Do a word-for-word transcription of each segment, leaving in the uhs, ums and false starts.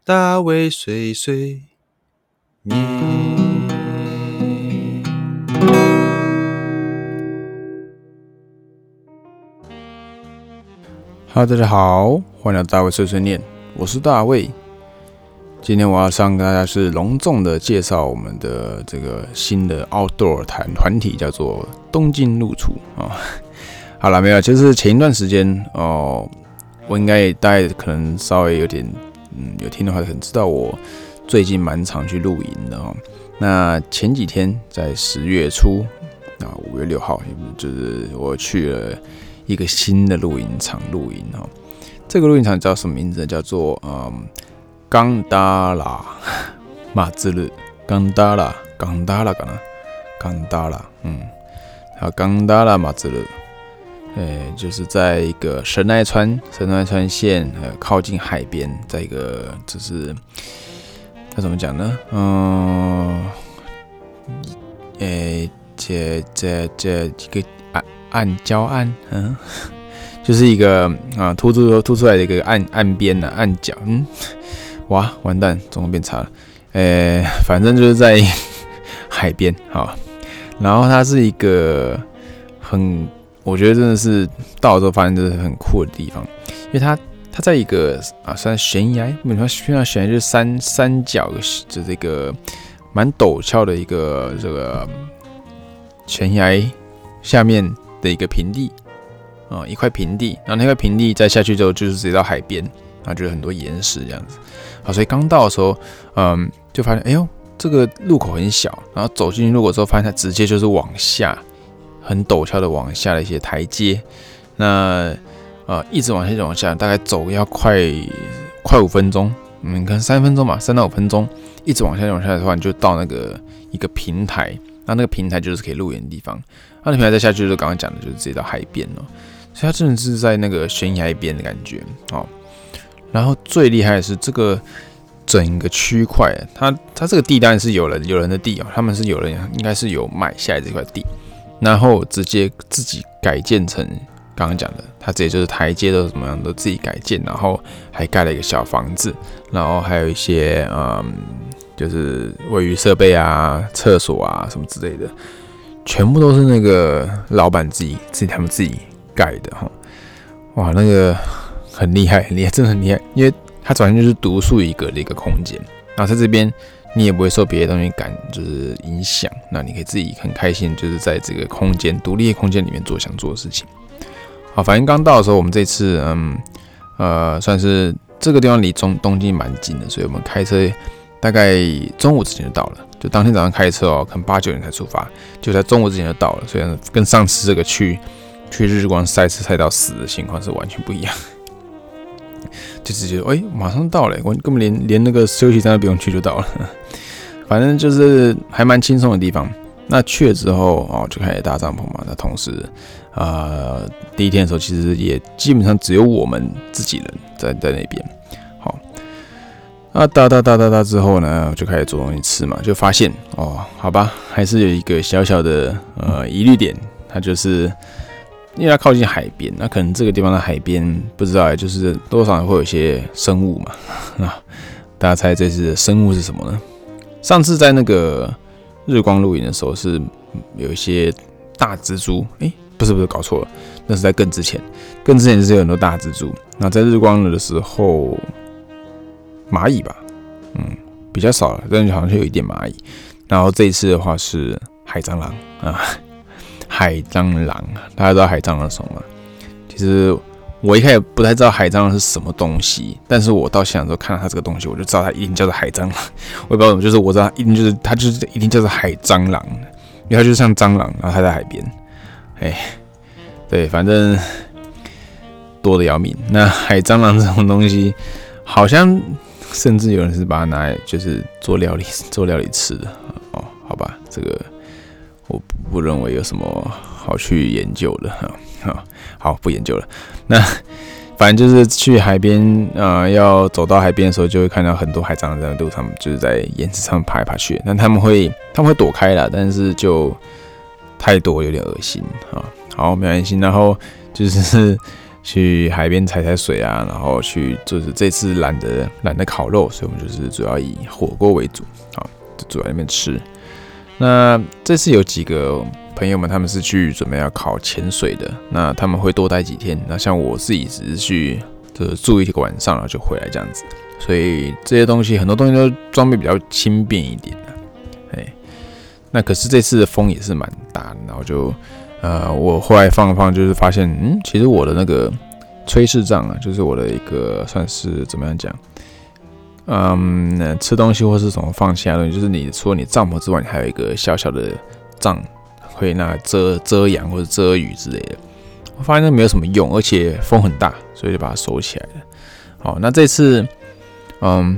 大卫碎碎念。Hello， 大家好，欢迎来到大卫碎碎念，我是大卫。今天我要上跟大家是隆重的介绍我们的这个新的 outdoor 团团体，叫做东京路厨啊。好了，没有，就是前一段时间哦，我应该大概可能稍微有点，嗯，有听的话可能知道我最近蛮常去露营的哦。那前几天在十月初啊，五月六号，就是我去了一个新的露营场露营哈。这个露营场叫什么名字？叫做嗯。冈达拉马兹日，冈达拉，冈达拉かな，冈达拉，嗯，还有冈达拉马兹日，诶，就是在一个神奈川，神奈川县，呃，靠近海边，在一个就是要怎么讲呢？嗯，诶，这这这一个岸岸礁岸，嗯，就是一个啊突出突出来的一个岸岸边的岸角，嗯。哇，完蛋，中文变差了。呃、欸，反正就是在海边，好。然后它是一个很，我觉得真的是到了之后发现这是很酷的地方，因为它它在一个啊算悬崖，你说悬崖悬崖就是山山脚的这个蛮陡峭的一个这个悬崖下面的一个平地啊，一块平地，然后那块平地再下去之后就是直接到海边。然后就有很多岩石这样子，好，所以刚到的时候，嗯，就发现，哎呦，这个路口很小，然后走进去路口之后，发现它直接就是往下，很陡峭的往下的一些台阶，那呃一直往下，一直往下，大概走要快快五分钟，嗯，可能三分钟吧，三到五分钟，一直往下往下的话，你就到那个一个平台，那那个平台就是可以露营的地方，那平台再下去就是刚刚讲的，就是直接到海边了，所以它真的是在那个悬崖边的感觉，哦。然后最厉害的是这个整个区块，它它这个地当然是有人有人的地哦，他们是有人应该是有买下来这块地，然后直接自己改建成刚刚讲的，它直接就是台阶都怎么样都自己改建，然后还盖了一个小房子，然后还有一些嗯就是卫浴设备啊、厕所啊什么之类的，全部都是那个老板自己自己他们自己盖的哈，哇那个。很厉害，很厉害，真的很厉害，因为它完全就是独树一格的一个空间。然后在这边，你也不会受别的东西感就是影响，那你可以自己很开心，就是在这个空间独立的空间里面做想做的事情。好，反正刚到的时候，我们这次嗯呃算是这个地方离中东京蛮近的，所以我们开车大概中午之前就到了。就当天早上开车哦，可能八九点才出发，就在中午之前就到了，所以跟上次这个去去日光晒车晒到死的情况是完全不一样。就直接哎、欸，马上到了，我根本连连那个休息站都不用去就到了。反正就是还蛮轻松的地方。那去了之后哦，就开始搭帐篷嘛。那同时，呃，第一天的时候其实也基本上只有我们自己人在在那边。好，那搭搭搭搭搭之后呢，就开始做东西吃嘛，就发现哦，好吧，还是有一个小小的呃疑虑点，它就是。因为它靠近海边，那可能这个地方的海边不知道，就是多少会有一些生物嘛。啊，大家猜这次的生物是什么呢？上次在那个日光露营的时候是有一些大蜘蛛，哎、欸，不是不是，搞错了，那是在更之前，更之前是有很多大蜘蛛。那在日光的时候，蚂蚁吧，嗯，比较少了，但是好像是有一点蚂蚁。然后这一次的话是海蟑螂啊。海蟑螂，大家知道海蟑螂是什么吗？其实我一开始不太知道海蟑螂是什么东西，但是我到现场之后看到它这个东西，我就知道它一定叫做海蟑螂。我也不知道怎么，就是我知道它一定就是它就是一定叫做海蟑螂，因为它就是像蟑螂，然后它在海边。哎，对，反正多的要命。那海蟑螂这种东西，好像甚至有人是把它拿来就是做料理做料理吃的哦。好吧，这个。我不认为有什么好去研究的，好，不研究了。那反正就是去海边，呃，要走到海边的时候，就会看到很多海蟑螂在路上，就是在岩石上爬来爬去。但他们会，他们会躲开啦，但是就太多，有点恶心啊。好，没关系。然后就是去海边踩踩水啊，然后去就是这次懒得懒得烤肉，所以我们就是主要以火锅为主，好，就住在那边吃。那这次有几个朋友们，他们是去准备要考潜水的，那他们会多待几天。那像我自己只是去就是住一个晚上，然后就回来这样子。所以这些东西很多东西都装备比较轻便一点的，哎，那可是这次的风也是蛮大的，然后就。呃，我后来放一放，就是发现，嗯，其实我的那个炊事帐啊，就是我的一个算是怎么样讲，嗯，吃东西或是什么放其他东西，就是你除了你帐篷之外，你还有一个小小的帐，会拿来遮遮阳或者遮雨之类的。我发现那没有什么用，而且风很大，所以就把它收起来了。好，那这次，嗯，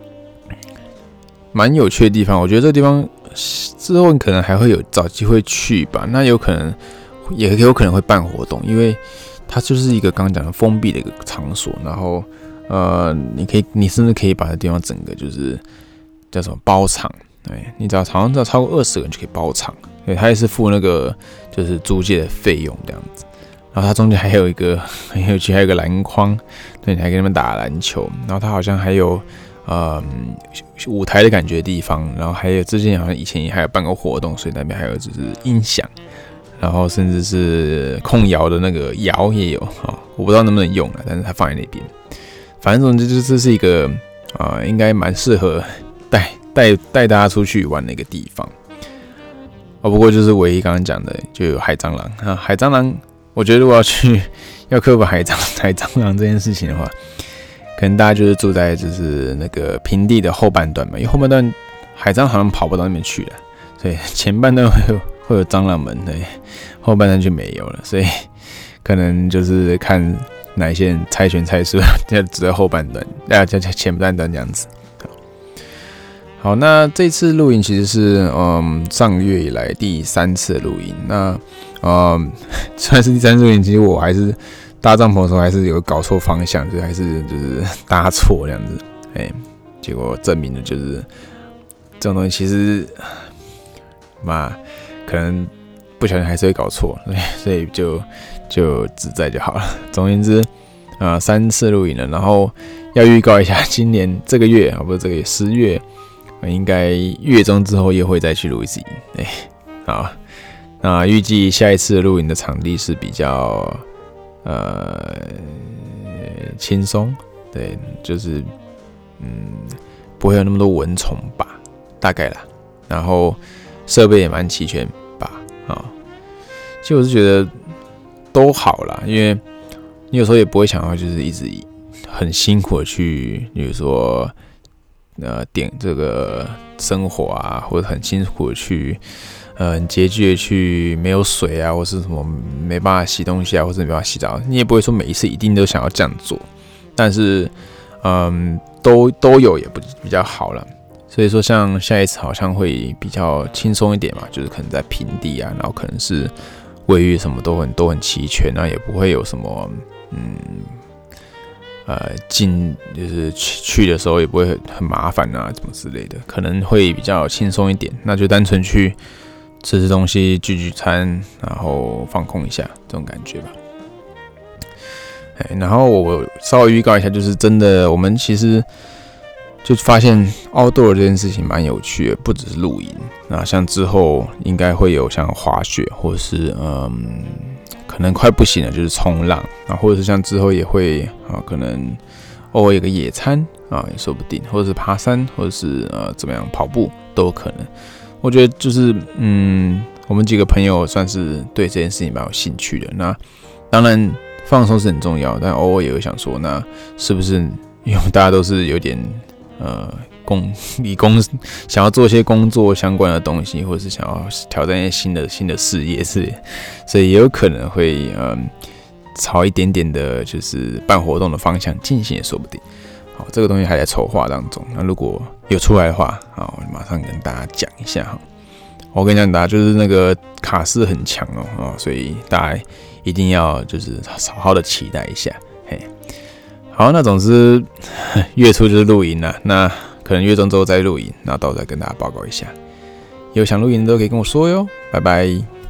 蛮有趣的地方，我觉得这个地方。之后可能还会有找机会去吧，那有可能也有可能会办活动，因为它就是一个刚刚讲的封闭的一个场所，然后呃，你可以你甚至可以把这地方整个就是叫什么包场，哎，你只要好像只要超过二十个人就可以包场，对，它也是付那个就是租借的费用这样子，然后它中间还有一个很有趣，还有一个篮筐，对，你还跟他们打篮球，然后它好像还有。呃、嗯，舞台的感觉的地方，然后还有之前好像以前还有办过活动，所以那边还有就是音响，然后甚至是控窑的那个窑也有啊，我不知道能不能用了，但是它放在那边。反正总之就是这是一个啊、呃，应该蛮适合带带带大家出去玩的一个地方。哦，不过就是唯一刚刚讲的就有海蟑螂啊，海蟑螂，我觉得如果要去要克服海蟑海蟑螂这件事情的话。可能大家就是住在就是那个平地的后半段嘛，因为后半段海蟑螂好像跑不到那边去了，所以前半段会有会有蟑螂们，对，后半段就没有了，所以可能就是看哪一些人猜拳猜输，就只在后半段，大家前半段这样子。好，那这次露营其实是嗯上个月以来第三次的露营，那嗯虽然是第三次露营，其实我还是。搭帐篷的时候还是有搞错方向，就还是就是搭错这样子，哎、欸，结果证明了就是这种东西其实嘛，可能不小心还是会搞错，所以就就自在就好了。总而言之，啊、呃，三次露营了，然后要预告一下，今年这个月啊，不是这个月，十月，应该月中之后又会再去露一次营，哎、欸，好，那预计下一次露营的场地是比较。呃，轻松，对，就是嗯，不会有那么多蚊虫吧，大概啦。然后设备也蛮齐全吧，啊、哦。其实我是觉得都好啦，因为你有时候也不会想要就是一直很辛苦的去，比如说呃点这个生火啊，或者很辛苦的去。呃，很拮据的去没有水啊，或是什么没办法洗东西啊，或者没办法洗澡，你也不会说每一次一定都想要这样做，但是，嗯，都都有也不比较好了。所以说，像下一次好像会比较轻松一点嘛，就是可能在平地啊，然后可能是卫浴什么都很都很齐全，然后也不会有什么嗯呃进就是去的时候也不会很很麻烦啊，什么之类的，可能会比较轻松一点，那就单纯去。吃吃东西，聚聚餐，然后放空一下，这种感觉吧。然后我稍微预告一下，就是真的，我们其实就发现 outdoor 这件事情蛮有趣的，不只是露营。那像之后应该会有像滑雪，或者是嗯，可能快不行了，就是冲浪啊，或者是像之后也会啊，可能偶尔有个野餐啊，也说不定，或者是爬山，或者是呃怎么样跑步都有可能。我觉得就是，嗯，我们几个朋友算是对这件事情蛮有兴趣的。那当然放松是很重要，但偶尔也会想说，那是不是因为我们大家都是有点呃工理工，想要做一些工作相关的东西，或者是想要挑战一些新的新的事业之类，所以也有可能会嗯朝一点点的，就是办活动的方向进行也说不定。好，这个东西还在筹划当中。那如果有出来的话，好，我马上跟大家讲一下哈。我跟你讲，大家就是那个卡斯很强哦，所以大家一定要就是好好的期待一下。嘿，好，那总之月初就是露营了，那可能月中之后再露营，那到时候再跟大家报告一下。有想露营的都可以跟我说哟，拜拜。